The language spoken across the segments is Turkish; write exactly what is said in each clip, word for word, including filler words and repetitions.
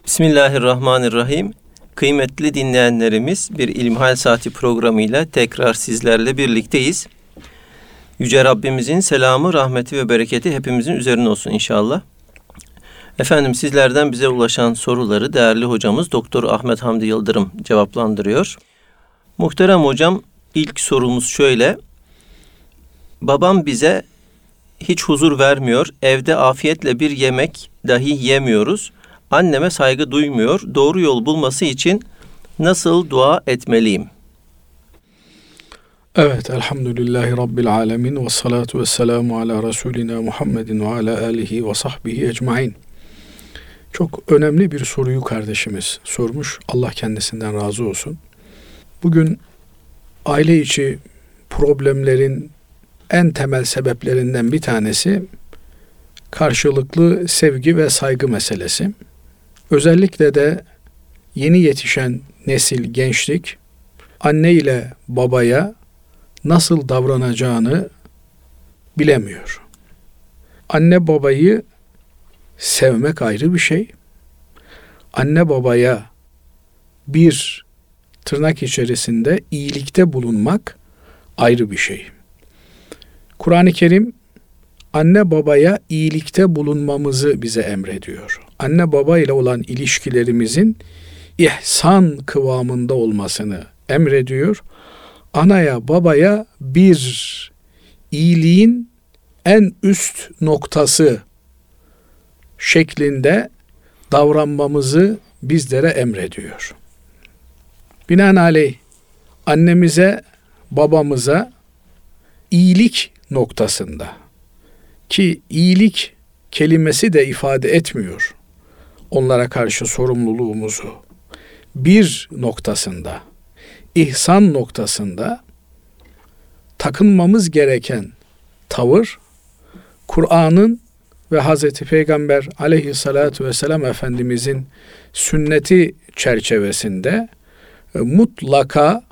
Bismillahirrahmanirrahim. Kıymetli dinleyenlerimiz, bir İlmihal Saati programıyla tekrar sizlerle birlikteyiz. Yüce Rabbimizin selamı, rahmeti ve bereketi hepimizin üzerine olsun inşallah. Efendim, sizlerden bize ulaşan soruları değerli hocamız Doktor Ahmet Hamdi Yıldırım cevaplandırıyor. Muhterem hocam, ilk sorumuz şöyle. Babam bize hiç huzur vermiyor. Evde afiyetle bir yemek dahi yemiyoruz. Anneme saygı duymuyor. Doğru yol bulması için nasıl dua etmeliyim? Evet, elhamdülillahi Rabbil alemin ve salatu ve selamu ala Resulina Muhammedin ve ala alihi ve sahbihi ecmain. Çok önemli bir soruyu kardeşimiz sormuş. Allah kendisinden razı olsun. Bugün aile içi problemlerin en temel sebeplerinden bir tanesi karşılıklı sevgi ve saygı meselesi. Özellikle de yeni yetişen nesil, gençlik anne ile babaya nasıl davranacağını bilemiyor. Anne babayı sevmek ayrı bir şey. Anne babaya bir tırnak içerisinde iyilikte bulunmak ayrı bir şey. Kur'an-ı Kerim anne babaya iyilikte bulunmamızı bize emrediyor. Anne baba ile olan ilişkilerimizin ihsan kıvamında olmasını emrediyor. Anaya babaya bir iyiliğin en üst noktası şeklinde davranmamızı bizlere emrediyor. Binaenaleyh annemize, babamıza iyilik noktasında, ki iyilik kelimesi de ifade etmiyor onlara karşı sorumluluğumuzu, bir noktasında, ihsan noktasında takınmamız gereken tavır, Kur'an'ın ve Hazreti Peygamber aleyhissalatu vesselam Efendimizin sünneti çerçevesinde mutlaka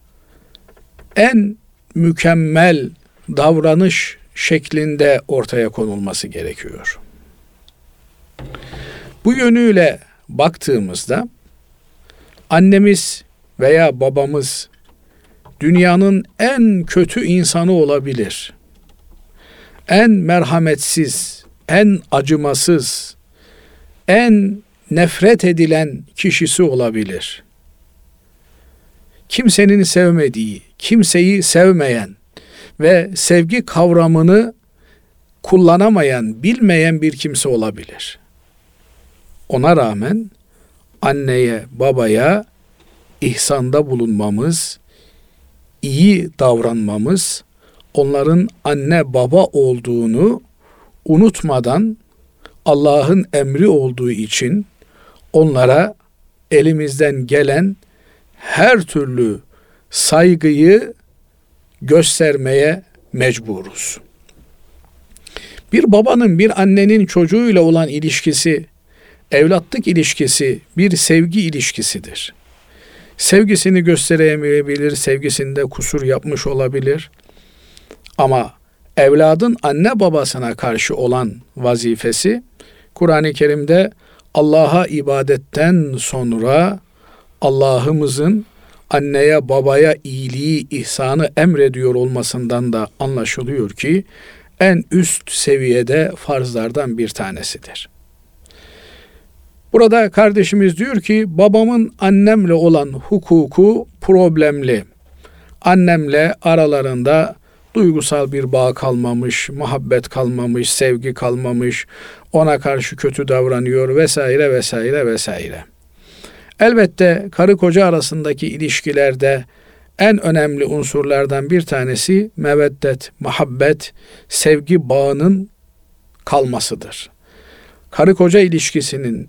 en mükemmel davranış şeklinde ortaya konulması gerekiyor. Bu yönüyle baktığımızda annemiz veya babamız dünyanın en kötü insanı olabilir. En merhametsiz, en acımasız, en nefret edilen kişisi olabilir. Kimsenin sevmediği, kimseyi sevmeyen ve sevgi kavramını kullanamayan, bilmeyen bir kimse olabilir. Ona rağmen anneye, babaya ihsanda bulunmamız, iyi davranmamız, onların anne baba olduğunu unutmadan Allah'ın emri olduğu için onlara elimizden gelen her türlü saygıyı göstermeye mecburuz. Bir babanın bir annenin çocuğuyla olan ilişkisi, evlatlık ilişkisi bir sevgi ilişkisidir. Sevgisini gösteremeyebilir, sevgisinde kusur yapmış olabilir. Ama evladın anne babasına karşı olan vazifesi, Kur'an-ı Kerim'de Allah'a ibadetten sonra Allah'ımızın anneye babaya iyiliği, ihsanı emrediyor olmasından da anlaşılıyor ki en üst seviyede farzlardan bir tanesidir. Burada kardeşimiz diyor ki babamın annemle olan hukuku problemli. Annemle aralarında duygusal bir bağ kalmamış, muhabbet kalmamış, sevgi kalmamış, ona karşı kötü davranıyor vesaire vesaire vesaire. Elbette karı koca arasındaki ilişkilerde en önemli unsurlardan bir tanesi meveddet, muhabbet, sevgi bağının kalmasıdır. Karı koca ilişkisinin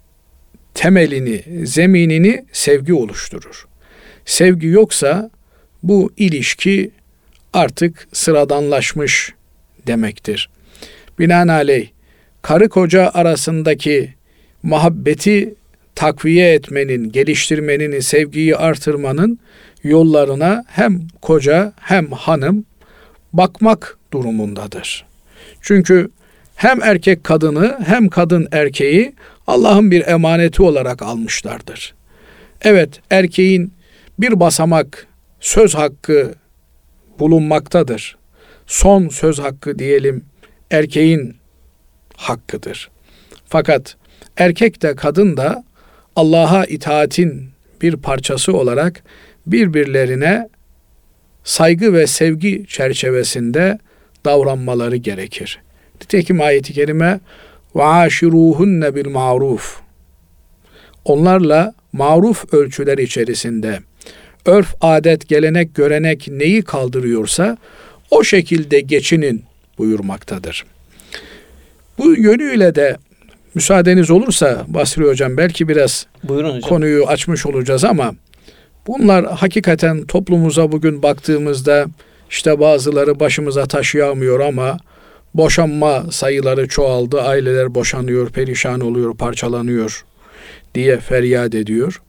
temelini, zeminini sevgi oluşturur. Sevgi yoksa bu ilişki artık sıradanlaşmış demektir. Binaenaleyh karı koca arasındaki muhabbeti takviye etmenin, geliştirmenin, sevgiyi artırmanın yollarına hem koca hem hanım bakmak durumundadır. Çünkü hem erkek kadını hem kadın erkeği Allah'ın bir emaneti olarak almışlardır. Evet, erkeğin bir basamak söz hakkı bulunmaktadır. Son söz hakkı diyelim erkeğin hakkıdır. Fakat erkek de kadın da Allah'a itaatin bir parçası olarak birbirlerine saygı ve sevgi çerçevesinde davranmaları gerekir. Nitekim ayet-i kerime وَعَاشِرُوهُنَّ بِالْمَعْرُوفِ Onlarla maruf ölçüler içerisinde örf, adet, gelenek, görenek neyi kaldırıyorsa o şekilde geçinin buyurmaktadır. Bu yönüyle de müsaadeniz olursa Basri Hocam belki biraz Buyurun hocam. Konuyu açmış olacağız ama bunlar hakikaten toplumumuza bugün baktığımızda işte bazıları başımıza taş yağmıyor ama boşanma sayıları çoğaldı, aileler boşanıyor, perişan oluyor, parçalanıyor diye feryat ediyor.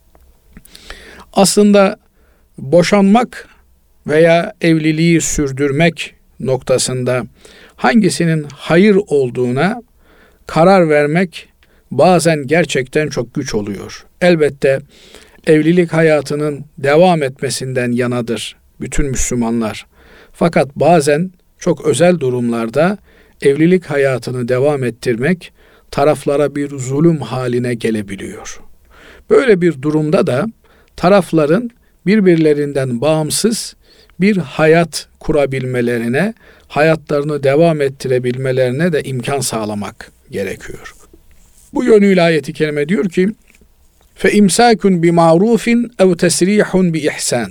Aslında boşanmak veya evliliği sürdürmek noktasında hangisinin hayır olduğuna karar vermek bazen gerçekten çok güç oluyor. Elbette evlilik hayatının devam etmesinden yanadır bütün Müslümanlar. Fakat bazen çok özel durumlarda evlilik hayatını devam ettirmek taraflara bir zulüm haline gelebiliyor. Böyle bir durumda da tarafların birbirlerinden bağımsız bir hayat kurabilmelerine, hayatlarını devam ettirebilmelerine de imkan sağlamak gerekiyor. Bu yönüyle ayet-i kerime diyor ki فَاِمْسَاكٌ بِمَعْرُوفٍ اَوْ تَسْرِيحٌ بِإِحْسَانٍ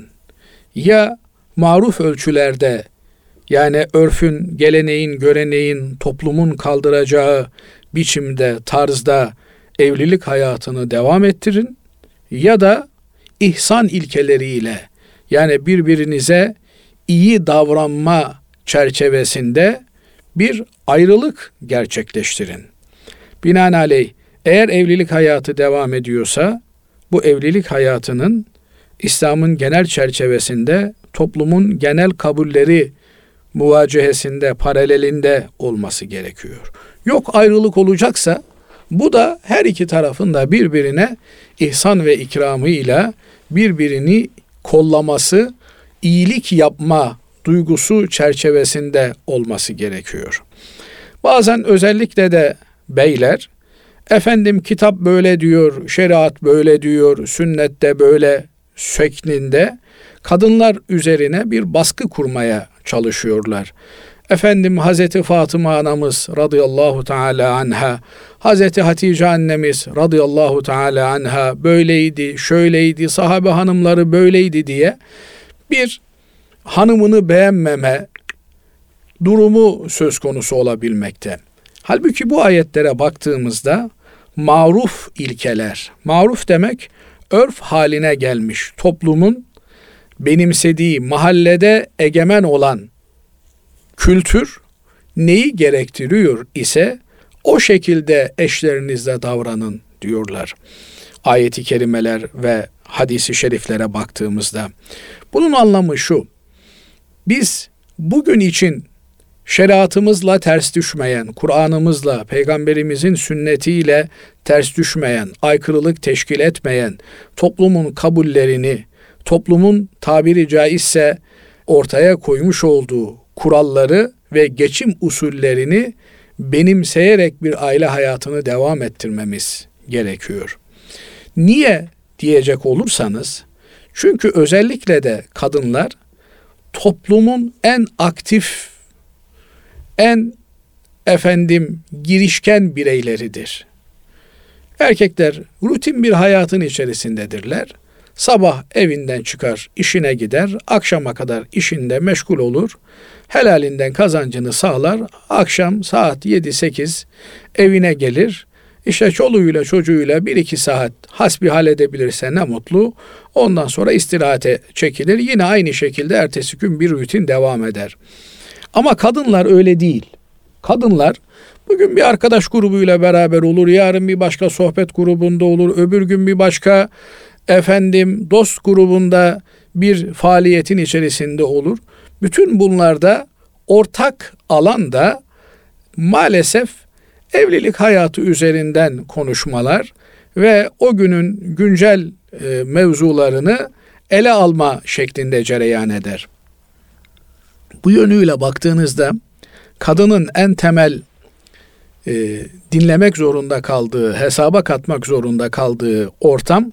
Ya maruf ölçülerde yani örfün, geleneğin, göreneğin, toplumun kaldıracağı biçimde, tarzda evlilik hayatını devam ettirin ya da ihsan ilkeleriyle yani birbirinize iyi davranma çerçevesinde bir ayrılık gerçekleştirin. Binaenaleyh eğer evlilik hayatı devam ediyorsa bu evlilik hayatının İslam'ın genel çerçevesinde toplumun genel kabulleri muvacehesinde, paralelinde olması gerekiyor. Yok ayrılık olacaksa bu da her iki tarafın da birbirine ihsan ve ikramıyla birbirini kollaması, iyilik yapma duygusu çerçevesinde olması gerekiyor. Bazen özellikle de beyler, efendim kitap böyle diyor, şeriat böyle diyor, sünnette böyle şeklinde kadınlar üzerine bir baskı kurmaya çalışıyorlar. Efendim Hazreti Fatıma anamız radıyallahu teala anha, Hazreti Hatice annemiz radıyallahu teala anha böyleydi, şöyleydi, sahabe hanımları böyleydi diye bir hanımını beğenmeme durumu söz konusu olabilmekte. Halbuki bu ayetlere baktığımızda maruf ilkeler, maruf demek örf haline gelmiş toplumun benimsediği mahallede egemen olan kültür neyi gerektiriyor ise o şekilde eşlerinizle davranın diyorlar. Ayet-i kerimeler ve hadis-i şeriflere baktığımızda. Bunun anlamı şu: biz bugün için şeriatımızla ters düşmeyen, Kur'an'ımızla, Peygamberimizin sünnetiyle ters düşmeyen, aykırılık teşkil etmeyen toplumun kabullerini, toplumun tabiri caizse ortaya koymuş olduğu kuralları ve geçim usullerini benimseyerek bir aile hayatını devam ettirmemiz gerekiyor. Niye diyecek olursanız, çünkü özellikle de kadınlar toplumun en aktif, en efendim girişken bireyleridir. Erkekler rutin bir hayatın içerisindedirler. Sabah evinden çıkar, işine gider, akşama kadar işinde meşgul olur, helalinden kazancını sağlar, akşam saat yedi sekiz evine gelir, işte çoluğuyla çocuğuyla bir iki saat hasbihal edebilirse ne mutlu, ondan sonra istirahate çekilir, yine aynı şekilde ertesi gün bir rutin devam eder. Ama kadınlar öyle değil. Kadınlar bugün bir arkadaş grubuyla beraber olur, yarın bir başka sohbet grubunda olur, öbür gün bir başka efendim dost grubunda bir faaliyetin içerisinde olur. Bütün bunlarda ortak alanda maalesef evlilik hayatı üzerinden konuşmalar ve o günün güncel e, mevzularını ele alma şeklinde cereyan eder. Bu yönüyle baktığınızda kadının en temel e, dinlemek zorunda kaldığı, hesaba katmak zorunda kaldığı ortam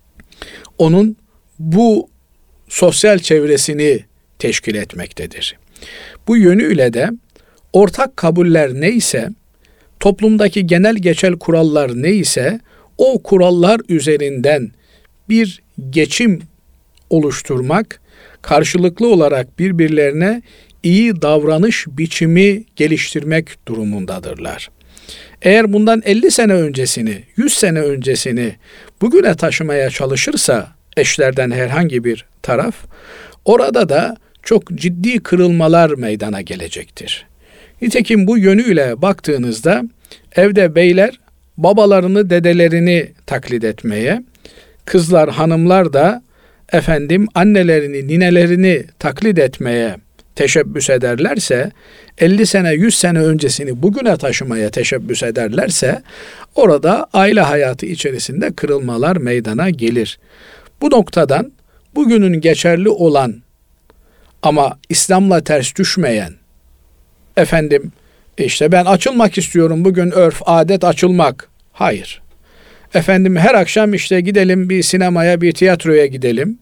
onun bu sosyal çevresini teşkil etmektedir. Bu yönüyle de ortak kabuller neyse, toplumdaki genel geçer kurallar neyse, o kurallar üzerinden bir geçim oluşturmak, karşılıklı olarak birbirlerine iyi davranış biçimi geliştirmek durumundadırlar. Eğer bundan elli sene öncesini, yüz sene öncesini bugüne taşımaya çalışırsa eşlerden herhangi bir taraf, orada da çok ciddi kırılmalar meydana gelecektir. Nitekim bu yönüyle baktığınızda evde beyler babalarını, dedelerini taklit etmeye, kızlar, hanımlar da efendim annelerini, ninelerini taklit etmeye teşebbüs ederlerse, elli sene, yüz sene öncesini bugüne taşımaya teşebbüs ederlerse, orada aile hayatı içerisinde kırılmalar meydana gelir. Bu noktadan bugünün geçerli olan ama İslam'la ters düşmeyen, efendim işte ben açılmak istiyorum, bugün örf, adet açılmak. Hayır. Efendim her akşam işte gidelim bir sinemaya, bir tiyatroya gidelim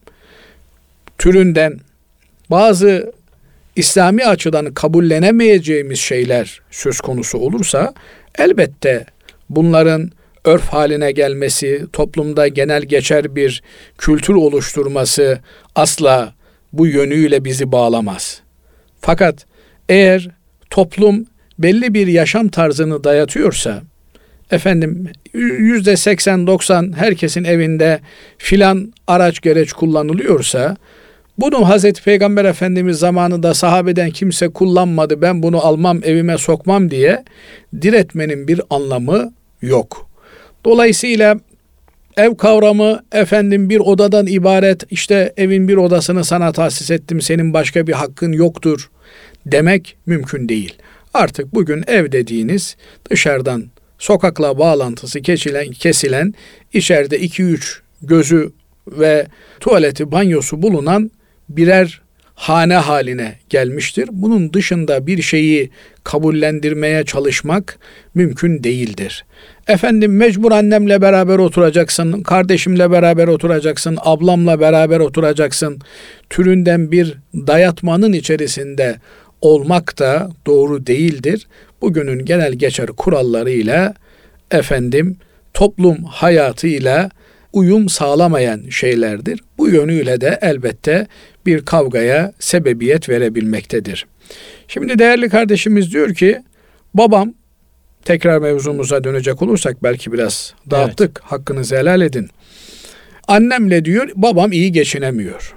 türünden bazı İslami açıdan kabullenemeyeceğimiz şeyler söz konusu olursa, elbette bunların örf haline gelmesi, toplumda genel geçer bir kültür oluşturması asla bu yönüyle bizi bağlamaz. Fakat eğer toplum belli bir yaşam tarzını dayatıyorsa, efendim yüzde seksen doksan herkesin evinde filan araç gereç kullanılıyorsa, bunu Hazreti Peygamber Efendimiz zamanında sahabeden kimse kullanmadı, ben bunu almam, evime sokmam diye diretmenin bir anlamı yok. Dolayısıyla ev kavramı efendim bir odadan ibaret, işte evin bir odasını sana tahsis ettim, senin başka bir hakkın yoktur demek mümkün değil. Artık bugün ev dediğiniz dışarıdan sokakla bağlantısı kesilen, kesilen içeride iki üç gözü ve tuvaleti, banyosu bulunan birer hane haline gelmiştir. Bunun dışında bir şeyi kabullendirmeye çalışmak mümkün değildir. Efendim mecbur annemle beraber oturacaksın, kardeşimle beraber oturacaksın, ablamla beraber oturacaksın türünden bir dayatmanın içerisinde olmak da doğru değildir. Bugünün genel geçer kurallarıyla efendim toplum hayatıyla uyum sağlamayan şeylerdir. Bu yönüyle de elbette bir kavgaya sebebiyet verebilmektedir. Şimdi değerli kardeşimiz diyor ki, babam, tekrar mevzumuza dönecek olursak belki biraz dağıttık, evet. Hakkınızı helal edin. Annemle diyor, babam iyi geçinemiyor.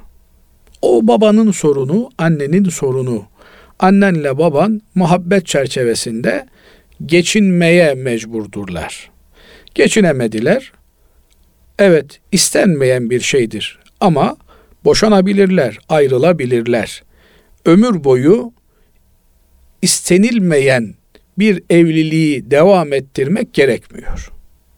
O babanın sorunu, annenin sorunu. Annenle baban muhabbet çerçevesinde geçinmeye mecburdurlar. Geçinemediler. Evet, istenmeyen bir şeydir ama boşanabilirler, ayrılabilirler. Ömür boyu istenilmeyen bir evliliği devam ettirmek gerekmiyor.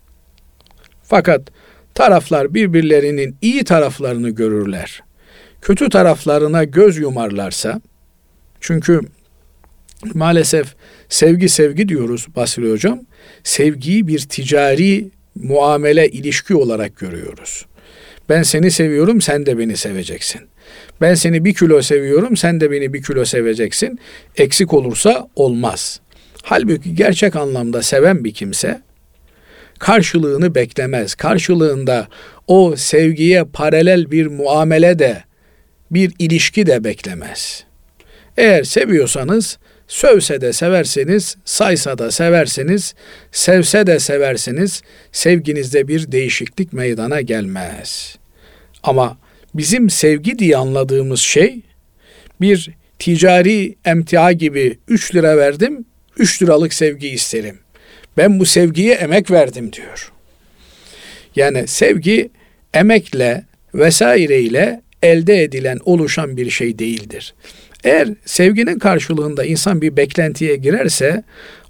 Fakat taraflar birbirlerinin iyi taraflarını görürler. Kötü taraflarına göz yumarlarsa, çünkü maalesef sevgi sevgi diyoruz Basri Hocam, sevgiyi bir ticari muamele, ilişki olarak görüyoruz. Ben seni seviyorum, sen de beni seveceksin. Ben seni bir kilo seviyorum, sen de beni bir kilo seveceksin. Eksik olursa olmaz. Halbuki gerçek anlamda seven bir kimse karşılığını beklemez. Karşılığında o sevgiye paralel bir muamele de, bir ilişki de beklemez. Eğer seviyorsanız, sövse de severseniz, saysa da severseniz, sevse de seversiniz, sevginizde bir değişiklik meydana gelmez. Ama bizim sevgi diye anladığımız şey, bir ticari emtia gibi üç lira verdim, üç liralık sevgi isterim. Ben bu sevgiye emek verdim diyor. Yani sevgi emekle vesaireyle elde edilen, oluşan bir şey değildir. Eğer sevginin karşılığında insan bir beklentiye girerse,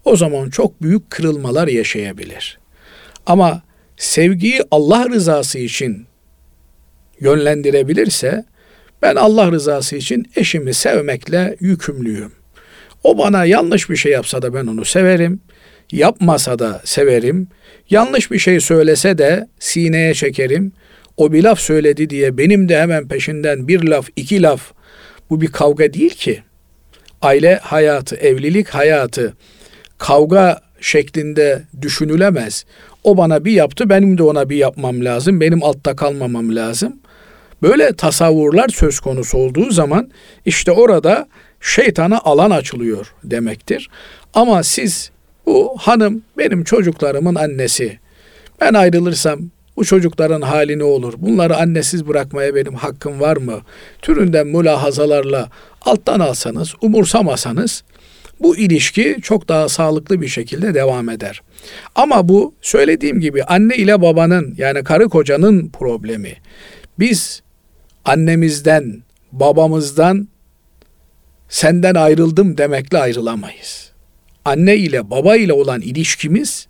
o zaman çok büyük kırılmalar yaşayabilir. Ama sevgiyi Allah rızası için yönlendirebilirse, ben Allah rızası için eşimi sevmekle yükümlüyüm. O bana yanlış bir şey yapsa da ben onu severim. Yapmasa da severim. Yanlış bir şey söylese de sineye çekerim. O bir laf söyledi diye benim de hemen peşinden bir laf, iki laf. Bu bir kavga değil ki. Aile hayatı, evlilik hayatı kavga şeklinde düşünülemez. O bana bir yaptı, benim de ona bir yapmam lazım. Benim altta kalmamam lazım. Böyle tasavvurlar söz konusu olduğu zaman işte orada şeytana alan açılıyor demektir. Ama siz, bu hanım benim çocuklarımın annesi, ben ayrılırsam bu çocukların hali ne olur? Bunları annesiz bırakmaya benim hakkım var mı? Türünden mülahazalarla alttan alsanız, umursamasanız bu ilişki çok daha sağlıklı bir şekilde devam eder. Ama bu söylediğim gibi anne ile babanın, yani karı kocanın problemi. Biz annemizden, babamızdan senden ayrıldım demekle ayrılamayız. Anne ile baba ile olan ilişkimiz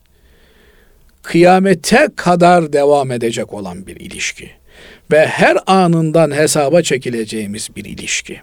kıyamete kadar devam edecek olan bir ilişki ve her anından hesaba çekileceğimiz bir ilişki.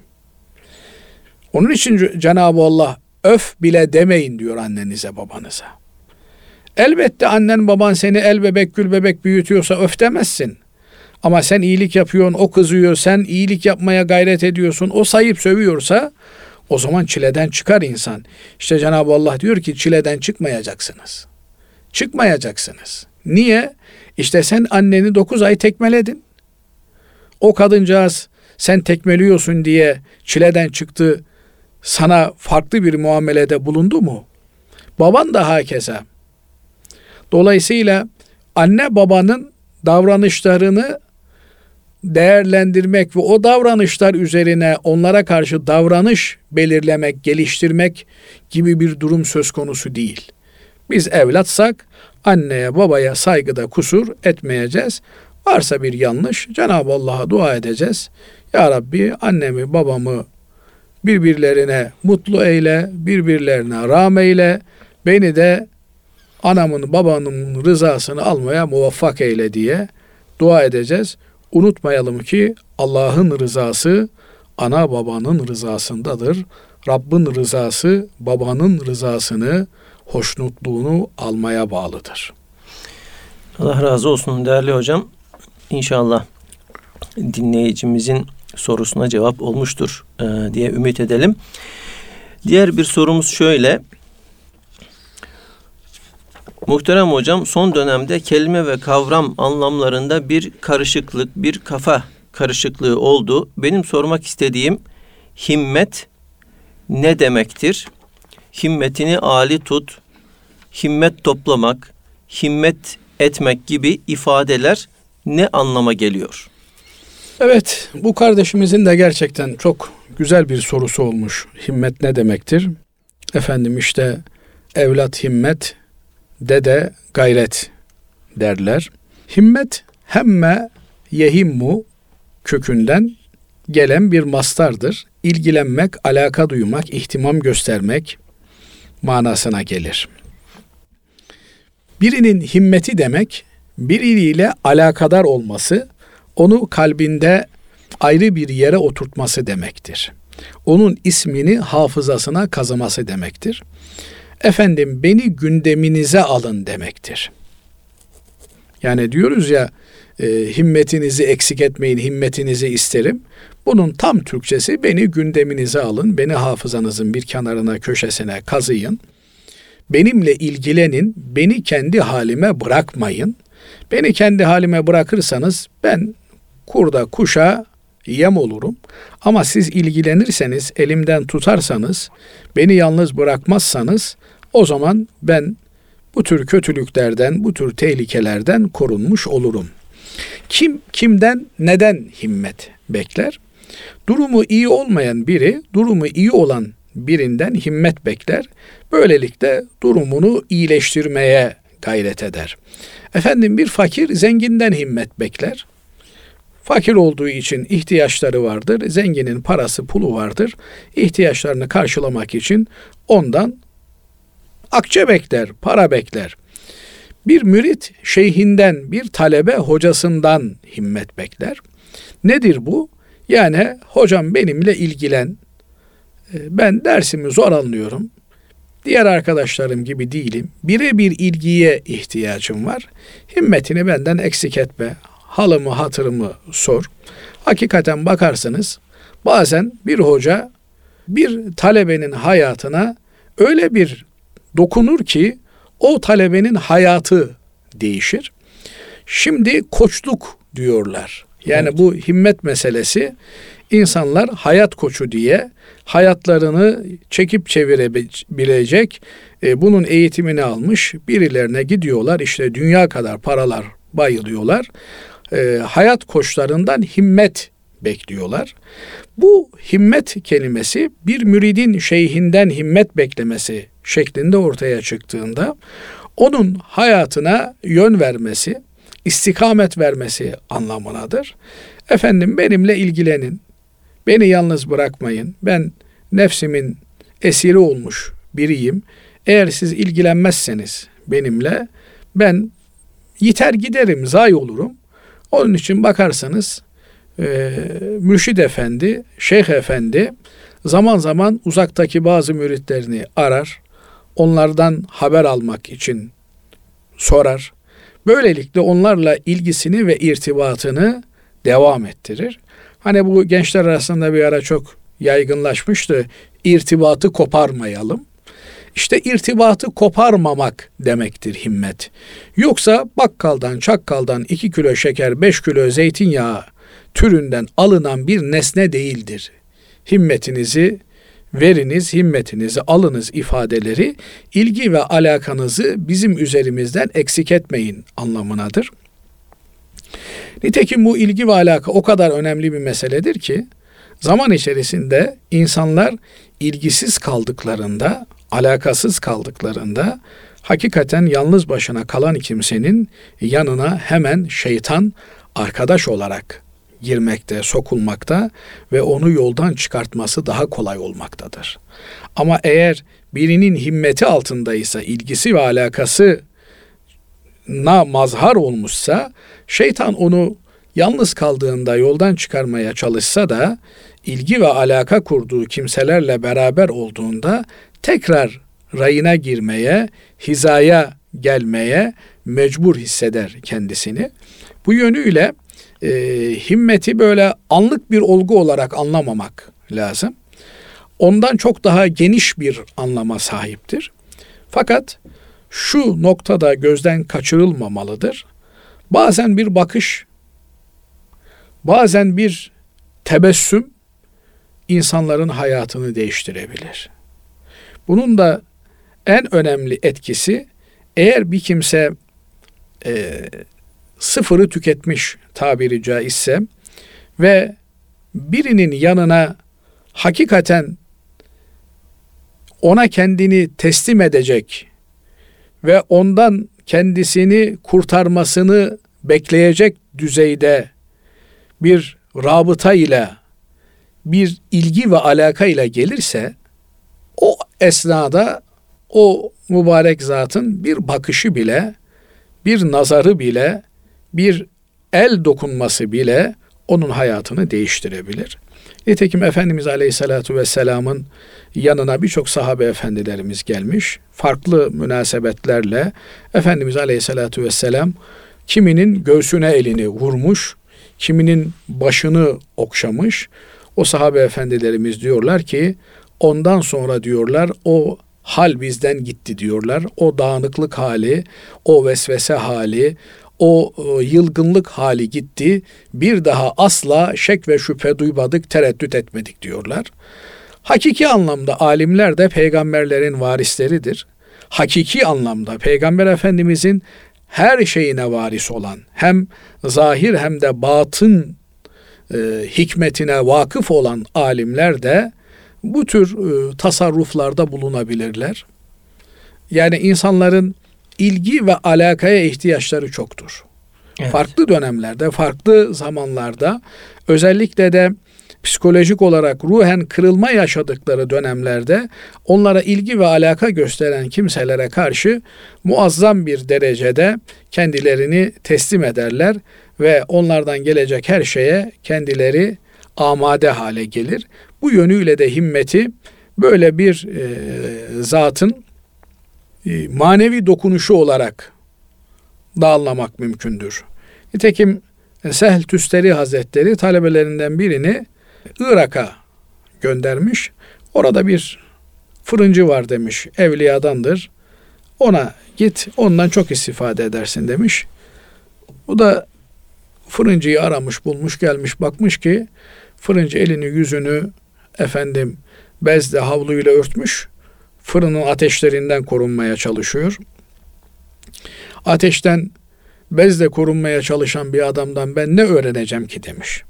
Onun için Cenab-ı Allah öf bile demeyin diyor annenize, babanıza. Elbette annen baban seni el bebek gül bebek büyütüyorsa öf demezsin. Ama sen iyilik yapıyorsun, o kızıyor, sen iyilik yapmaya gayret ediyorsun, o sayıp sövüyorsa o zaman çileden çıkar insan. İşte Cenab-ı Allah diyor ki çileden çıkmayacaksınız. Çıkmayacaksınız. Niye? İşte sen anneni dokuz ay tekmeledin. O kadıncağız sen tekmeliyorsun diye çileden çıktı, sana farklı bir muamelede bulundu mu? Baban da hakeza. Dolayısıyla anne babanın davranışlarını değerlendirmek ve o davranışlar üzerine onlara karşı davranış belirlemek, geliştirmek gibi bir durum söz konusu değil. Biz evlatsak anneye babaya saygıda kusur etmeyeceğiz. Varsa bir yanlış Cenab-ı Allah'a dua edeceğiz. Ya Rabbi annemi babamı birbirlerine mutlu eyle, birbirlerine rağm eyle, beni de anamın babamın rızasını almaya muvaffak eyle diye dua edeceğiz. Unutmayalım ki Allah'ın rızası ana babanın rızasındadır. Rabbin rızası babanın rızasını, hoşnutluğunu almaya bağlıdır. Allah razı olsun değerli hocam. İnşallah dinleyicimizin sorusuna cevap olmuştur e, diye ümit edelim. Diğer bir sorumuz şöyle. Muhterem hocam, son dönemde kelime ve kavram anlamlarında bir karışıklık, bir kafa karışıklığı oldu. Benim sormak istediğim himmet ne demektir? Himmetini âli tut, himmet toplamak, himmet etmek gibi ifadeler ne anlama geliyor? Evet, bu kardeşimizin de gerçekten çok güzel bir sorusu olmuş. Himmet ne demektir? Efendim işte evlat himmet, dede gayret derler. Himmet hemme yehimmu kökünden gelen bir mastardır. İlgilenmek, alaka duymak, ihtimam göstermek manasına gelir. Birinin himmeti demek, biriyle alakadar olması, onu kalbinde ayrı bir yere oturtması demektir. Onun ismini hafızasına kazıması demektir. Efendim beni gündeminize alın demektir. Yani diyoruz ya e, himmetinizi eksik etmeyin, himmetinizi isterim. Bunun tam Türkçesi beni gündeminize alın, beni hafızanızın bir kenarına, köşesine kazıyın. Benimle ilgilenin, beni kendi halime bırakmayın. Beni kendi halime bırakırsanız ben kurda kuşa yem olurum. Ama siz ilgilenirseniz, elimden tutarsanız, beni yalnız bırakmazsanız o zaman ben bu tür kötülüklerden, bu tür tehlikelerden korunmuş olurum. Kim kimden neden himmet bekler? Durumu iyi olmayan biri, durumu iyi olan birinden himmet bekler. Böylelikle durumunu iyileştirmeye gayret eder. Efendim bir fakir zenginden himmet bekler. Fakir olduğu için ihtiyaçları vardır. Zenginin parası, pulu vardır. İhtiyaçlarını karşılamak için ondan akçe bekler, para bekler. Bir mürit şeyhinden, bir talebe hocasından himmet bekler. Nedir bu? Yani hocam benimle ilgilen, ben dersimi zor anlıyorum, diğer arkadaşlarım gibi değilim, birebir ilgiye ihtiyacım var, himmetini benden eksik etme, halımı hatırımı sor. Hakikaten bakarsınız, bazen bir hoca bir talebenin hayatına öyle bir dokunur ki o talebenin hayatı değişir. Şimdi koçluk diyorlar. Yani evet, bu himmet meselesi, insanlar hayat koçu diye hayatlarını çekip çevirebilecek, e, bunun eğitimini almış birilerine gidiyorlar. İşte dünya kadar paralar bayılıyorlar. E, hayat koçlarından himmet bekliyorlar. Bu himmet kelimesi bir müridin şeyhinden himmet beklemesi şeklinde ortaya çıktığında onun hayatına yön vermesi, istikamet vermesi anlamınadır. Efendim benimle ilgilenin, beni yalnız bırakmayın, ben nefsimin esiri olmuş biriyim. Eğer siz ilgilenmezseniz benimle ben yiter giderim, zayi olurum. Onun için bakarsanız e, Mürşid Efendi, Şeyh Efendi zaman zaman uzaktaki bazı müritlerini arar, onlardan haber almak için sorar. Böylelikle onlarla ilgisini ve irtibatını devam ettirir. Hani bu gençler arasında bir ara çok yaygınlaşmıştı. İrtibatı koparmayalım. İşte irtibatı koparmamak demektir himmet. Yoksa bakkaldan, çakkaldan iki kilo şeker, beş kilo zeytinyağı türünden alınan bir nesne değildir. Himmetinizi veriniz, himmetinizi alınız ifadeleri ilgi ve alakanızı bizim üzerimizden eksik etmeyin anlamınadır. Nitekim bu ilgi ve alaka o kadar önemli bir meseledir ki zaman içerisinde insanlar ilgisiz kaldıklarında, alakasız kaldıklarında hakikaten yalnız başına kalan kimsenin yanına hemen şeytan arkadaş olarak girmekte, sokulmakta ve onu yoldan çıkartması daha kolay olmaktadır. Ama eğer birinin himmeti altındaysa, ilgisi ve alakası na mazhar olmuşsa, şeytan onu yalnız kaldığında yoldan çıkarmaya çalışsa da ilgi ve alaka kurduğu kimselerle beraber olduğunda tekrar rayına girmeye, hizaya gelmeye mecbur hisseder kendisini. Bu yönüyle e, himmeti böyle anlık bir olgu olarak anlamamak lazım. Ondan çok daha geniş bir anlama sahiptir. Fakat şu noktada gözden kaçırılmamalıdır. Bazen bir bakış, bazen bir tebessüm insanların hayatını değiştirebilir. Bunun da en önemli etkisi, eğer bir kimse e, sıfırı tüketmiş tabiri caizse ve birinin yanına hakikaten ona kendini teslim edecek ve ondan kendisini kurtarmasını bekleyecek düzeyde bir rabıta ile, bir ilgi ve alaka ile gelirse, o esnada o mübarek zatın bir bakışı bile, bir nazarı bile, bir el dokunması bile onun hayatını değiştirebilir. Nitekim Efendimiz Aleyhisselatü Vesselam'ın yanına birçok sahabe efendilerimiz gelmiş. Farklı münasebetlerle Efendimiz Aleyhisselatü Vesselam kiminin göğsüne elini vurmuş, kiminin başını okşamış. O sahabe efendilerimiz diyorlar ki, ondan sonra diyorlar o hal bizden gitti diyorlar. O dağınıklık hali, o vesvese hali, o yılgınlık hali gitti. Bir daha asla şek ve şüphe duymadık, tereddüt etmedik diyorlar. Hakiki anlamda alimler de peygamberlerin varisleridir. Hakiki anlamda Peygamber Efendimizin her şeyine varis olan, hem zahir hem de batın e, hikmetine vakıf olan alimler de bu tür e, tasarruflarda bulunabilirler. Yani insanların ilgi ve alakaya ihtiyaçları çoktur. Evet. Farklı dönemlerde, farklı zamanlarda, özellikle de psikolojik olarak ruhen kırılma yaşadıkları dönemlerde onlara ilgi ve alaka gösteren kimselere karşı muazzam bir derecede kendilerini teslim ederler ve onlardan gelecek her şeye kendileri amade hale gelir. Bu yönüyle de himmeti böyle bir e, zatın e, manevi dokunuşu olarak da anlamak mümkündür. Nitekim Sehl Tüsteri Hazretleri talebelerinden birini Irak'a göndermiş. Orada bir fırıncı var demiş, evliyadandır. Ona git, ondan çok istifade edersin demiş. O da fırıncıyı aramış, bulmuş, gelmiş, bakmış ki fırıncı elini yüzünü efendim bezle, havluyla örtmüş. Fırının ateşlerinden korunmaya çalışıyor. Ateşten bezle korunmaya çalışan bir adamdan ben ne öğreneceğim ki demiş.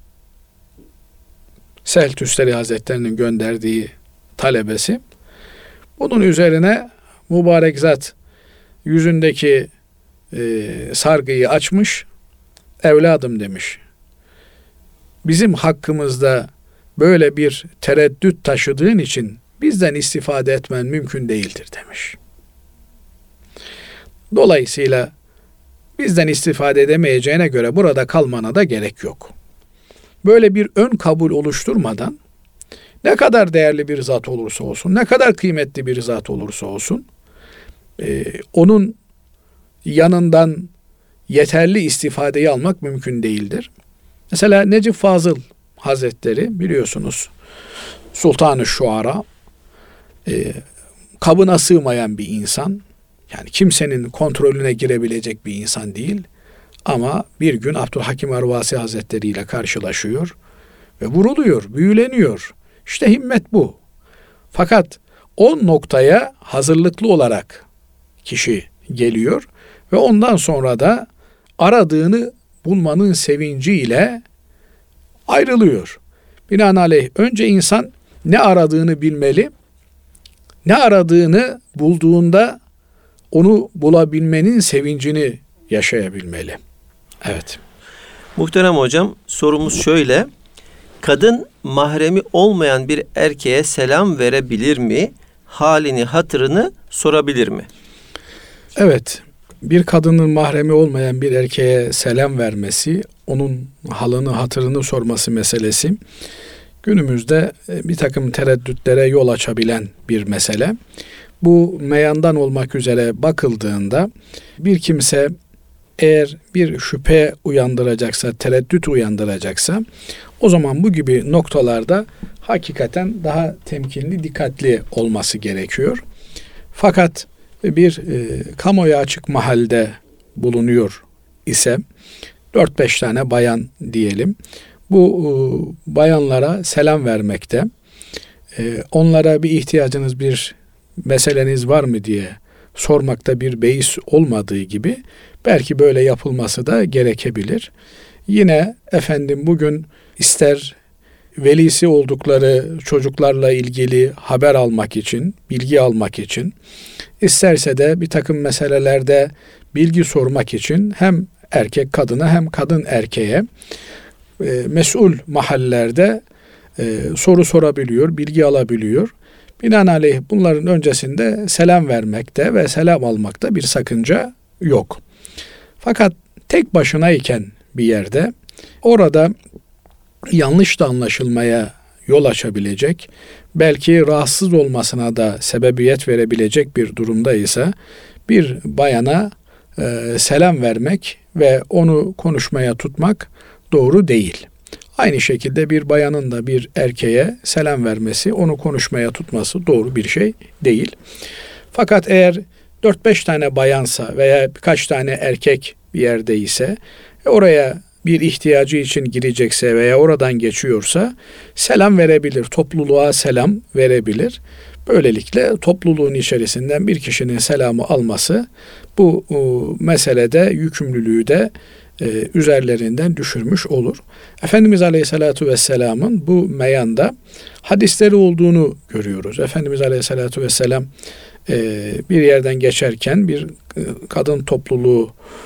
Sehl Tüsteri Hazretleri'nin gönderdiği talebesi. Bunun üzerine mübarek zat yüzündeki e, sargıyı açmış. Evladım demiş. Bizim hakkımızda böyle bir tereddüt taşıdığın için bizden istifade etmen mümkün değildir demiş. Dolayısıyla bizden istifade edemeyeceğine göre burada kalmana da gerek yok. Böyle bir ön kabul oluşturmadan ne kadar değerli bir zat olursa olsun, ne kadar kıymetli bir zat olursa olsun, e, onun yanından yeterli istifadeyi almak mümkün değildir. Mesela Necip Fazıl Hazretleri biliyorsunuz Sultan-ı Şuara, e, kabına sığmayan bir insan, yani kimsenin kontrolüne girebilecek bir insan değil. Ama bir gün Abdülhakim Arvasi Hazretleri ile karşılaşıyor ve vuruluyor, büyüleniyor. İşte himmet bu. Fakat o noktaya hazırlıklı olarak kişi geliyor ve ondan sonra da aradığını bulmanın sevinciyle ayrılıyor. Binaenaleyh önce insan ne aradığını bilmeli, ne aradığını bulduğunda onu bulabilmenin sevincini yaşayabilmeli. Evet. Muhterem hocam, sorumuz şöyle. Kadın mahremi olmayan bir erkeğe selam verebilir mi? Halini, hatırını sorabilir mi? Evet. Bir kadının mahremi olmayan bir erkeğe selam vermesi, onun halını, hatırını sorması meselesi günümüzde bir takım tereddütlere yol açabilen bir mesele. Bu meyandan olmak üzere bakıldığında bir kimse eğer bir şüphe uyandıracaksa, tereddüt uyandıracaksa o zaman bu gibi noktalarda hakikaten daha temkinli, dikkatli olması gerekiyor. Fakat bir e, kamuya açık mahallede bulunuyor ise dört beş tane bayan diyelim. Bu e, bayanlara selam vermekte, e, onlara bir ihtiyacınız, bir meseleniz var mı diye sormakta bir beis olmadığı gibi belki böyle yapılması da gerekebilir. Yine efendim bugün ister velisi oldukları çocuklarla ilgili haber almak için, bilgi almak için, isterse de bir takım meselelerde bilgi sormak için hem erkek kadına hem kadın erkeğe e, mesul mahallelerde e, soru sorabiliyor, bilgi alabiliyor. Binaenaleyh bunların öncesinde selam vermekte ve selam almakta bir sakınca yok. Fakat tek başınayken bir yerde orada yanlış da anlaşılmaya yol açabilecek, belki rahatsız olmasına da sebebiyet verebilecek bir durumdaysa bir bayana e, selam vermek ve onu konuşmaya tutmak doğru değil. Aynı şekilde bir bayanın da bir erkeğe selam vermesi, onu konuşmaya tutması doğru bir şey değil. Fakat eğer dört beş tane bayansa veya birkaç tane erkek bir yerdeyse, oraya bir ihtiyacı için girecekse veya oradan geçiyorsa selam verebilir, topluluğa selam verebilir. Böylelikle topluluğun içerisinden bir kişinin selamı alması bu o, meselede yükümlülüğü de e, üzerlerinden düşürmüş olur. Efendimiz Aleyhisselatü Vesselam'ın bu meyanda hadisleri olduğunu görüyoruz. Efendimiz Aleyhisselatü Vesselam e, bir yerden geçerken bir e, kadın topluluğu e,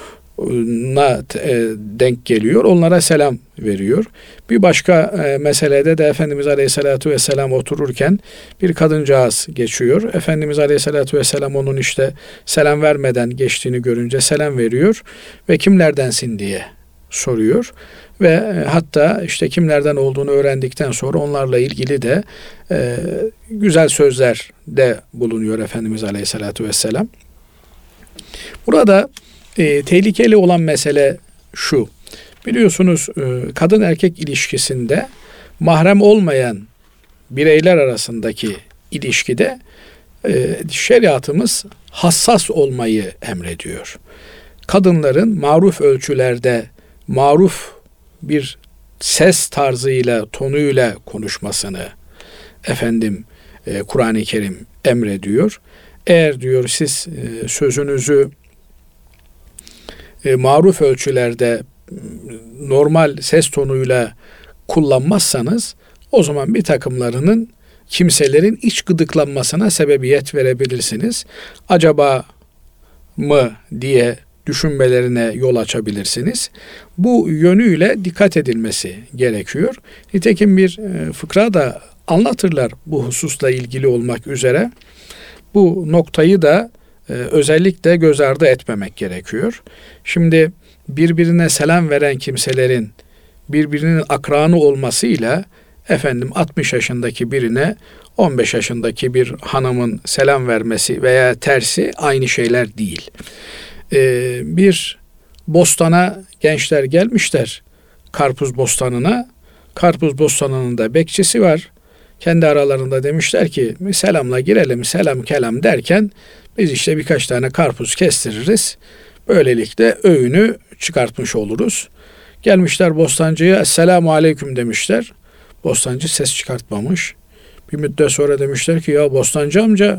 denk geliyor. Onlara selam veriyor. Bir başka e, meselede de Efendimiz Aleyhisselatü Vesselam otururken bir kadıncağız geçiyor. Efendimiz Aleyhisselatü Vesselam onun işte selam vermeden geçtiğini görünce selam veriyor ve kimlerdensin diye soruyor. Ve e, hatta işte kimlerden olduğunu öğrendikten sonra onlarla ilgili de e, güzel sözler de bulunuyor Efendimiz Aleyhisselatü Vesselam. Burada e, tehlikeli olan mesele şu. Biliyorsunuz e, kadın erkek ilişkisinde mahrem olmayan bireyler arasındaki ilişkide e, şeriatımız hassas olmayı emrediyor. Kadınların maruf ölçülerde maruf bir ses tarzıyla, tonuyla konuşmasını efendim e, Kur'an-ı Kerim emrediyor. Eğer diyor siz e, sözünüzü e, maruf ölçülerde normal ses tonuyla kullanmazsanız o zaman bir takımlarının kimselerin iç gıdıklanmasına sebebiyet verebilirsiniz. Acaba mı diye düşünmelerine yol açabilirsiniz. Bu yönüyle dikkat edilmesi gerekiyor. Nitekim bir e, fıkra da anlatırlar bu hususla ilgili olmak üzere. Bu noktayı da e, özellikle göz ardı etmemek gerekiyor. Şimdi birbirine selam veren kimselerin birbirinin akranı olmasıyla efendim altmış yaşındaki birine on beş yaşındaki bir hanımın selam vermesi veya tersi aynı şeyler değil. Ee, bir bostana gençler gelmişler, karpuz bostanına. Karpuz bostanının da bekçisi var. Kendi aralarında demişler ki selamla girelim, selam kelam derken biz işte birkaç tane karpuz kestiririz. Böylelikle öğünü çıkartmış oluruz. Gelmişler bostancıya esselamu aleyküm demişler. Bostancı ses çıkartmamış. Bir müddet sonra demişler ki ya bostancı amca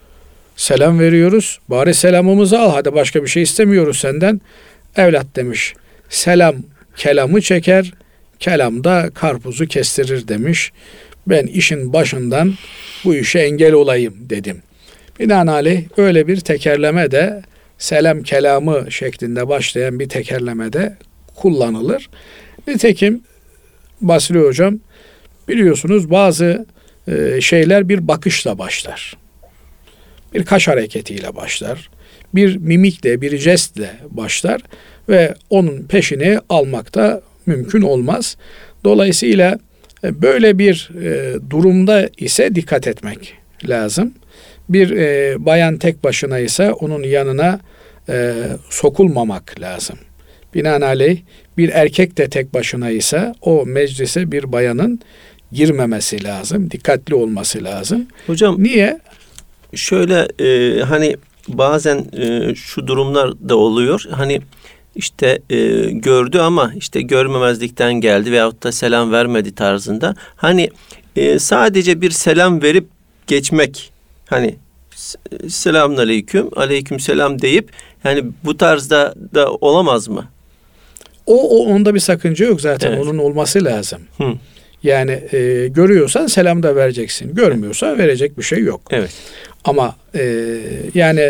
selam veriyoruz. Bari selamımızı al. Hadi başka bir şey istemiyoruz senden. Evlat demiş. Selam kelamı çeker. Kelam da karpuzu kestirir demiş. Ben işin başından bu işe engel olayım dedim. Binaenaleyh öyle bir tekerleme de selam kelamı şeklinde başlayan bir tekerleme de kullanılır. Nitekim Basri Hocam biliyorsunuz bazı e, şeyler bir bakışla başlar. Bir kaş hareketiyle başlar. Bir mimikle, bir jestle başlar ve onun peşini almak da mümkün olmaz. Dolayısıyla e, böyle bir e, durumda ise dikkat etmek lazım. Bir e, bayan tek başına ise onun yanına e, sokulmamak lazım. Binaenaleyh bir erkek de tek başına ise o meclise bir bayanın girmemesi lazım. Dikkatli olması lazım. Hocam niye? Şöyle e, hani bazen e, şu durumlar da oluyor. Hani işte e, gördü ama işte görmemezlikten geldi veyahut da selam vermedi tarzında. Hani e, sadece bir selam verip geçmek, hani selamünaleyküm, aleykümselam deyip yani bu tarzda da olamaz mı? O, o onda bir sakınca yok zaten. Evet. Onun olması lazım. Hı. Yani e, görüyorsan selam da vereceksin. Görmüyorsan verecek bir şey yok. Evet. Ama e, yani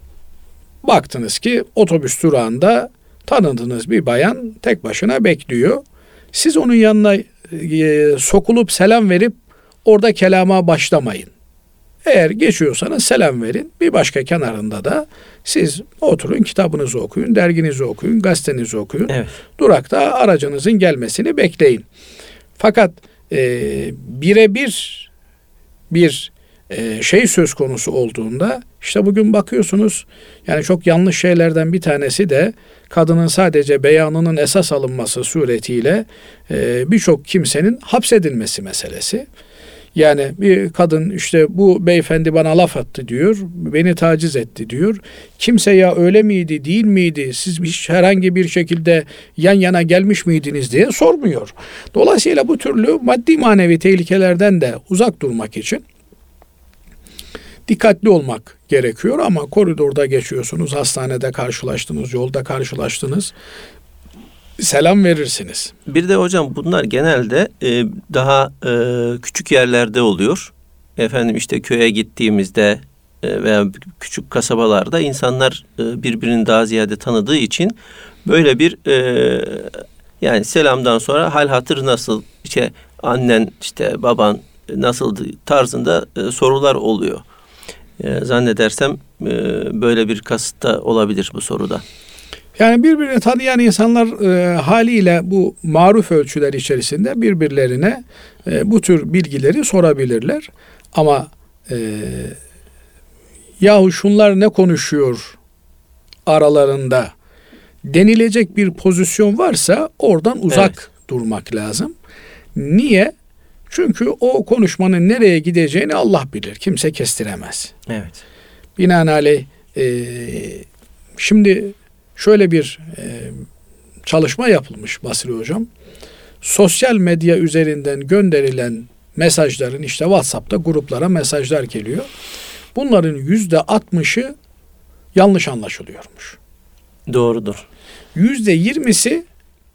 baktınız ki otobüs durağında tanıdığınız bir bayan tek başına bekliyor. Siz onun yanına e, sokulup selam verip orada kelama başlamayın. Eğer geçiyorsanız selam verin. Bir başka kenarında da siz oturun, kitabınızı okuyun, derginizi okuyun, gazetenizi okuyun. Evet. Durakta aracınızın gelmesini bekleyin. Fakat e, birebir bir e, şey söz konusu olduğunda işte bugün bakıyorsunuz yani çok yanlış şeylerden bir tanesi de kadının sadece beyanının esas alınması suretiyle e, birçok kimsenin hapsedilmesi meselesi. Yani bir kadın işte bu beyefendi bana laf attı diyor, beni taciz etti diyor. Kimse ya öyle miydi, değil miydi, siz hiç herhangi bir şekilde yan yana gelmiş miydiniz diye sormuyor. Dolayısıyla bu türlü maddi manevi tehlikelerden de uzak durmak için dikkatli olmak gerekiyor. Ama koridorda geçiyorsunuz, hastanede karşılaştınız, yolda karşılaştınız. Selam verirsiniz. Bir de hocam bunlar genelde e, daha e, küçük yerlerde oluyor. Efendim işte köye gittiğimizde e, veya küçük kasabalarda insanlar e, birbirini daha ziyade tanıdığı için Böyle bir e, yani selamdan sonra hal hatır nasıl, işte annen, işte baban nasıldı tarzında e, sorular oluyor. E, zannedersem e, böyle bir kasıtta olabilir bu soruda. Yani birbirini tanıyan insanlar e, haliyle bu maruf ölçüler içerisinde birbirlerine e, bu tür bilgileri sorabilirler. Ama e, yahu şunlar ne konuşuyor aralarında denilecek bir pozisyon varsa oradan uzak evet. durmak lazım. Niye? Çünkü o konuşmanın nereye gideceğini Allah bilir. Kimse kestiremez. Evet. Binaenaleyh e, şimdi şöyle bir e, çalışma yapılmış Basri Hocam. Sosyal medya üzerinden gönderilen mesajların, işte WhatsApp'ta gruplara mesajlar geliyor. Bunların yüzde altmışı yanlış anlaşılıyormuş. Doğrudur. Yüzde yirmisi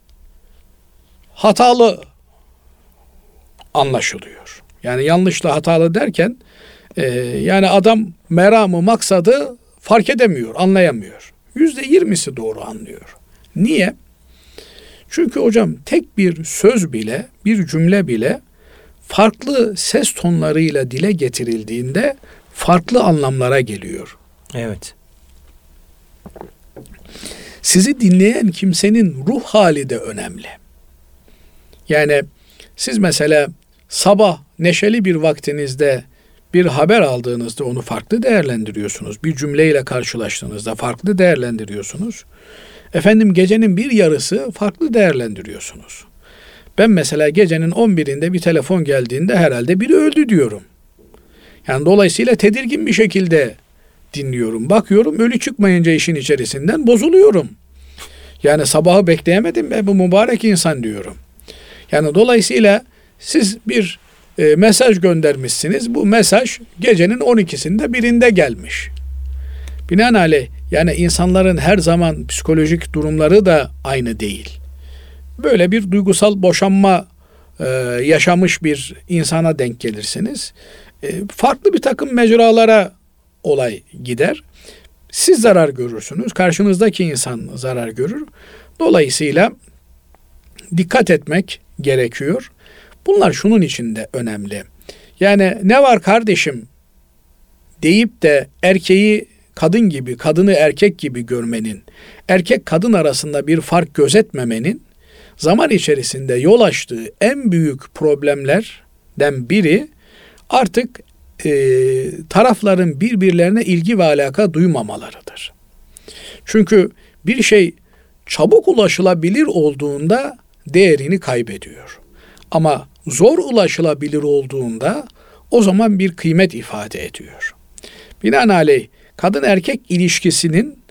hatalı anlaşılıyor. Yani yanlışla hatalı derken e, yani adam meramı, maksadı fark edemiyor, anlayamıyor. Yüzde yirmisi doğru anlıyor. Niye? Çünkü hocam tek bir söz bile, bir cümle bile farklı ses tonlarıyla dile getirildiğinde farklı anlamlara geliyor. Evet. Sizi dinleyen kimsenin ruh hali de önemli. Yani siz mesela sabah neşeli bir vaktinizde bir haber aldığınızda onu farklı değerlendiriyorsunuz. Bir cümleyle karşılaştığınızda farklı değerlendiriyorsunuz. Efendim gecenin bir yarısı farklı değerlendiriyorsunuz. Ben mesela gecenin on birinde bir telefon geldiğinde herhalde biri öldü diyorum. Yani dolayısıyla tedirgin bir şekilde dinliyorum. Bakıyorum ölü çıkmayınca işin içerisinden bozuluyorum. Yani sabahı bekleyemedim be bu mübarek insan diyorum. Yani dolayısıyla siz bir e, mesaj göndermişsiniz. Bu mesaj gecenin on ikisinde birinde gelmiş. Binaenaleyh yani insanların her zaman psikolojik durumları da aynı değil. Böyle bir duygusal boşanma e, yaşamış bir insana denk gelirsiniz. E, farklı bir takım mecralara olay gider. Siz zarar görürsünüz. Karşınızdaki insan zarar görür. Dolayısıyla dikkat etmek gerekiyor. Bunlar şunun için de önemli. Yani ne var kardeşim deyip de erkeği kadın gibi, kadını erkek gibi görmenin, erkek kadın arasında bir fark gözetmemenin zaman içerisinde yol açtığı en büyük problemlerden biri artık e, tarafların birbirlerine ilgi ve alaka duymamalarıdır. Çünkü bir şey çabuk ulaşılabilir olduğunda değerini kaybediyor. Ama zor ulaşılabilir olduğunda o zaman bir kıymet ifade ediyor. Binaenaleyh kadın erkek ilişkisinin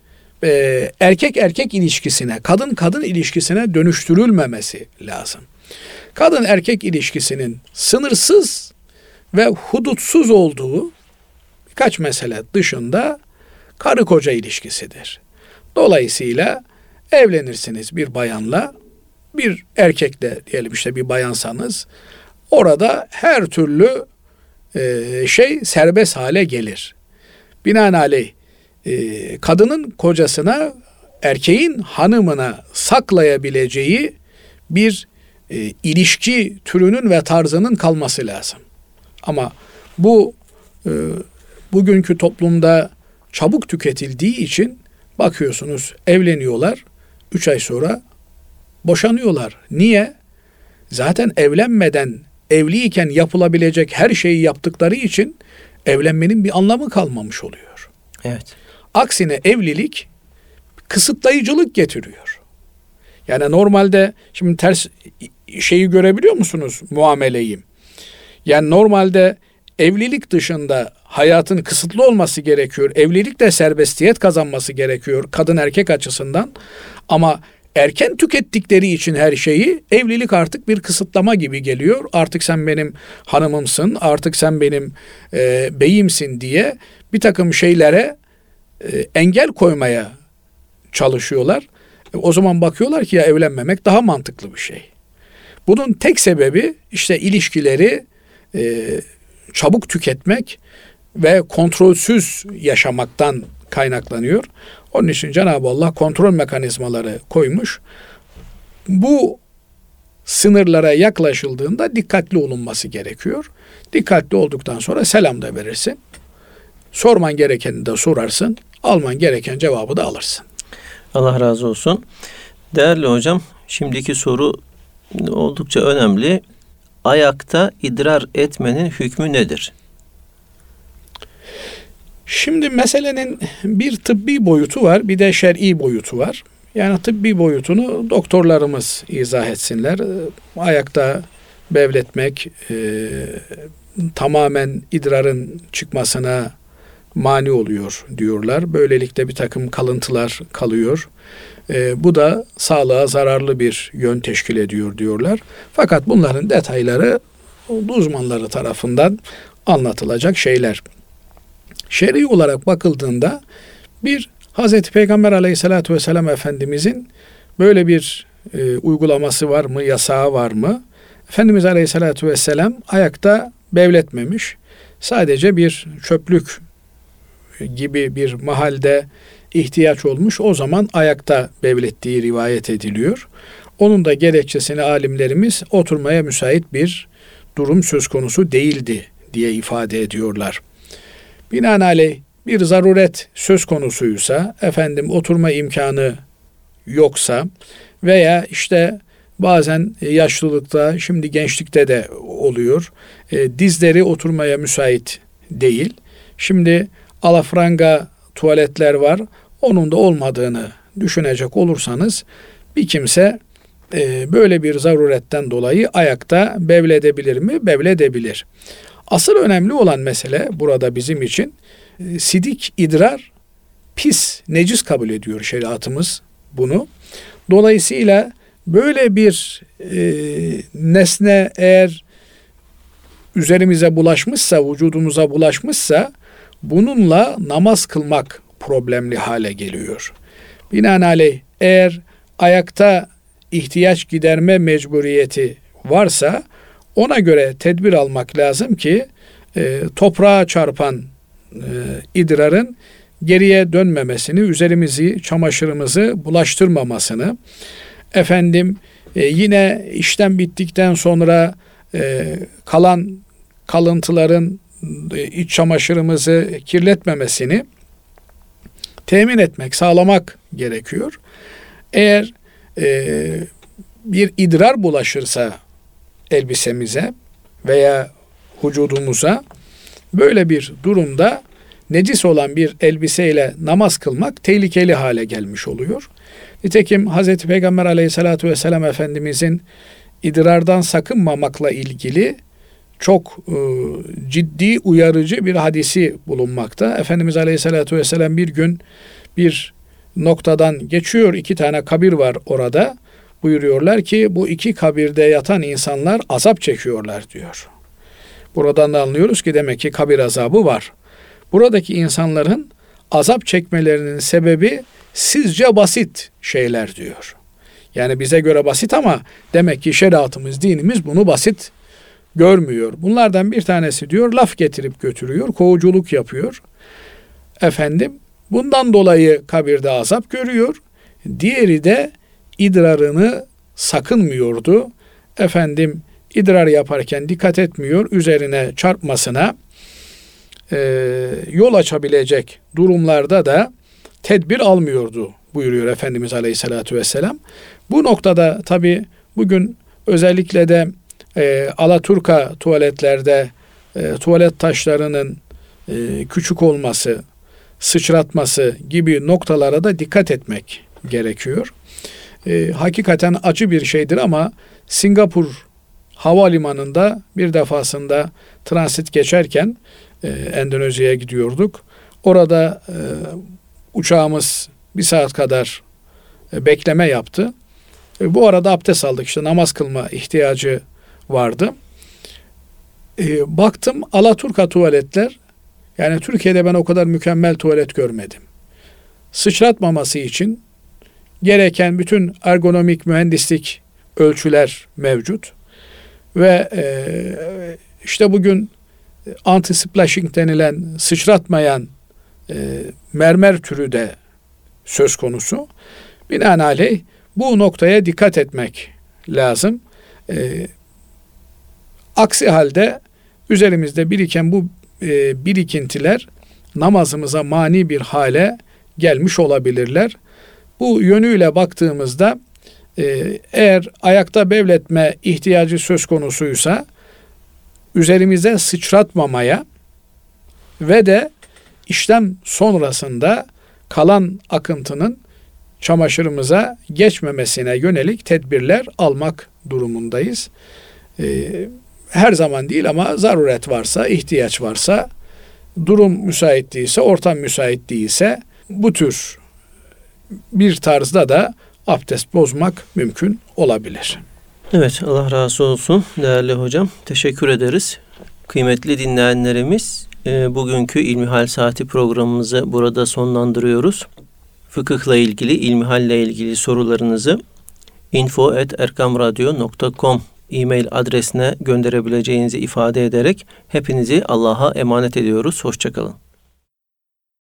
e, erkek erkek ilişkisine, kadın kadın ilişkisine dönüştürülmemesi lazım. Kadın erkek ilişkisinin sınırsız ve hudutsuz olduğu birkaç mesele dışında karı koca ilişkisidir. Dolayısıyla evlenirsiniz bir bayanla, bir erkekle diyelim işte bir bayansanız orada her türlü e, şey serbest hale gelir. Binaenaleyh e, kadının kocasına, erkeğin hanımına saklayabileceği bir e, ilişki türünün ve tarzının kalması lazım. Ama bu e, bugünkü toplumda çabuk tüketildiği için bakıyorsunuz evleniyorlar, üç ay sonra boşanıyorlar. Niye? Zaten evlenmeden, evliyken yapılabilecek her şeyi yaptıkları için evlenmenin bir anlamı kalmamış oluyor. Evet. Aksine evlilik kısıtlayıcılık getiriyor. Yani normalde şimdi ters şeyi görebiliyor musunuz muameleyi? Yani normalde evlilik dışında hayatın kısıtlı olması gerekiyor. Evlilik de serbestiyet kazanması gerekiyor kadın erkek açısından. Ama erken tükettikleri için her şeyi evlilik artık bir kısıtlama gibi geliyor. Artık sen benim hanımımsın, artık sen benim e, beyimsin diye bir takım şeylere e, engel koymaya çalışıyorlar. E, o zaman bakıyorlar ki ya evlenmemek daha mantıklı bir şey. Bunun tek sebebi işte ilişkileri e, çabuk tüketmek ve kontrolsüz yaşamaktan kaynaklanıyor. Onun için Cenab-ı Allah kontrol mekanizmaları koymuş. Bu sınırlara yaklaşıldığında dikkatli olunması gerekiyor. Dikkatli olduktan sonra selam da verirsin. Sorman gerekeni de sorarsın. Alman gereken cevabı da alırsın. Allah razı olsun. Değerli hocam, şimdiki soru oldukça önemli. Ayakta idrar etmenin hükmü nedir? Şimdi meselenin bir tıbbi boyutu var, bir de şer'i boyutu var. Yani tıbbi boyutunu doktorlarımız izah etsinler. Ayakta bevletmek e, tamamen idrarın çıkmasına mani oluyor diyorlar. Böylelikle bir takım kalıntılar kalıyor. E, bu da sağlığa zararlı bir yön teşkil ediyor diyorlar. Fakat bunların detayları uzmanları tarafından anlatılacak şeyler. Şer'i olarak bakıldığında bir Hazreti Peygamber Aleyhisselatü Vesselam Efendimizin böyle bir e, uygulaması var mı, yasağı var mı? Efendimiz Aleyhisselatü Vesselam ayakta bevletmemiş. Sadece bir çöplük gibi bir mahalde ihtiyaç olmuş. O zaman ayakta bevlettiği rivayet ediliyor. Onun da gerekçesini alimlerimiz oturmaya müsait bir durum söz konusu değildi diye ifade ediyorlar. Binaenaleyh bir zaruret söz konusuysa, efendim oturma imkanı yoksa veya işte bazen yaşlılıkta, şimdi gençlikte de oluyor, e, dizleri oturmaya müsait değil. Şimdi alafranga tuvaletler var, onun da olmadığını düşünecek olursanız bir kimse e, böyle bir zaruretten dolayı ayakta bevledebilir mi? Bevledebilir. Asıl önemli olan mesele burada bizim için e, sidik idrar pis, necis kabul ediyor şeriatımız bunu. Dolayısıyla böyle bir e, nesne eğer üzerimize bulaşmışsa, vücudumuza bulaşmışsa bununla namaz kılmak problemli hale geliyor. Binaenaleyh eğer ayakta ihtiyaç giderme mecburiyeti varsa ona göre tedbir almak lazım ki e, toprağa çarpan e, idrarın geriye dönmemesini, üzerimizi, çamaşırımızı bulaştırmamasını, efendim e, yine işlem bittikten sonra e, kalan kalıntıların e, iç çamaşırımızı kirletmemesini temin etmek, sağlamak gerekiyor. Eğer e, bir idrar bulaşırsa elbisemize veya vücudumuza, böyle bir durumda necis olan bir elbiseyle namaz kılmak tehlikeli hale gelmiş oluyor. Nitekim Hazreti Peygamber Aleyhisselatü Vesselam Efendimizin idrardan sakınmamakla ilgili çok e, ciddi uyarıcı bir hadisi bulunmakta. Efendimiz Aleyhisselatü Vesselam bir gün bir noktadan geçiyor, iki tane kabir var orada. Buyuruyorlar ki bu iki kabirde yatan insanlar azap çekiyorlar diyor. Buradan da anlıyoruz ki demek ki kabir azabı var. Buradaki insanların azap çekmelerinin sebebi sizce basit şeyler diyor. Yani bize göre basit ama demek ki şeriatımız, dinimiz bunu basit görmüyor. Bunlardan bir tanesi diyor laf getirip götürüyor, kovuculuk yapıyor. Efendim bundan dolayı kabirde azap görüyor. Diğeri de idrarını sakınmıyordu. Efendim idrar yaparken dikkat etmiyor, üzerine çarpmasına e, yol açabilecek durumlarda da tedbir almıyordu buyuruyor Efendimiz Aleyhisselatü Vesselam. Bu noktada tabi bugün özellikle de e, Alaturka tuvaletlerde e, tuvalet taşlarının e, küçük olması, sıçratması gibi noktalara da dikkat etmek gerekiyor. E, hakikaten acı bir şeydir ama Singapur havalimanında bir defasında transit geçerken e, Endonezya'ya gidiyorduk. Orada e, uçağımız bir saat kadar e, bekleme yaptı. E, bu arada abdest aldık, işte namaz kılma ihtiyacı vardı. E, baktım Alaturka tuvaletler, yani Türkiye'de ben o kadar mükemmel tuvalet görmedim. Sıçratmaması için gereken bütün ergonomik mühendislik ölçüler mevcut. Ve e, işte bugün anti-splashing denilen sıçratmayan e, mermer türü de söz konusu. Binaenaleyh bu noktaya dikkat etmek lazım. E, aksi halde üzerimizde biriken bu e, birikintiler namazımıza mani bir hale gelmiş olabilirler. Bu yönüyle baktığımızda e, eğer ayakta bevletme ihtiyacı söz konusuysa üzerimize sıçratmamaya ve de işlem sonrasında kalan akıntının çamaşırımıza geçmemesine yönelik tedbirler almak durumundayız. Ee, her zaman değil ama zaruret varsa, ihtiyaç varsa, durum müsait değilse, ortam müsait değilse bu tür bir tarzda da abdest bozmak mümkün olabilir. Evet, Allah razı olsun değerli hocam. Teşekkür ederiz. Kıymetli dinleyenlerimiz, e, bugünkü İlmihal Saati programımızı burada sonlandırıyoruz. Fıkıhla ilgili, ilmihalle ilgili sorularınızı info at erkamradyo nokta com e-mail adresine gönderebileceğinizi ifade ederek hepinizi Allah'a emanet ediyoruz. Hoşça kalın.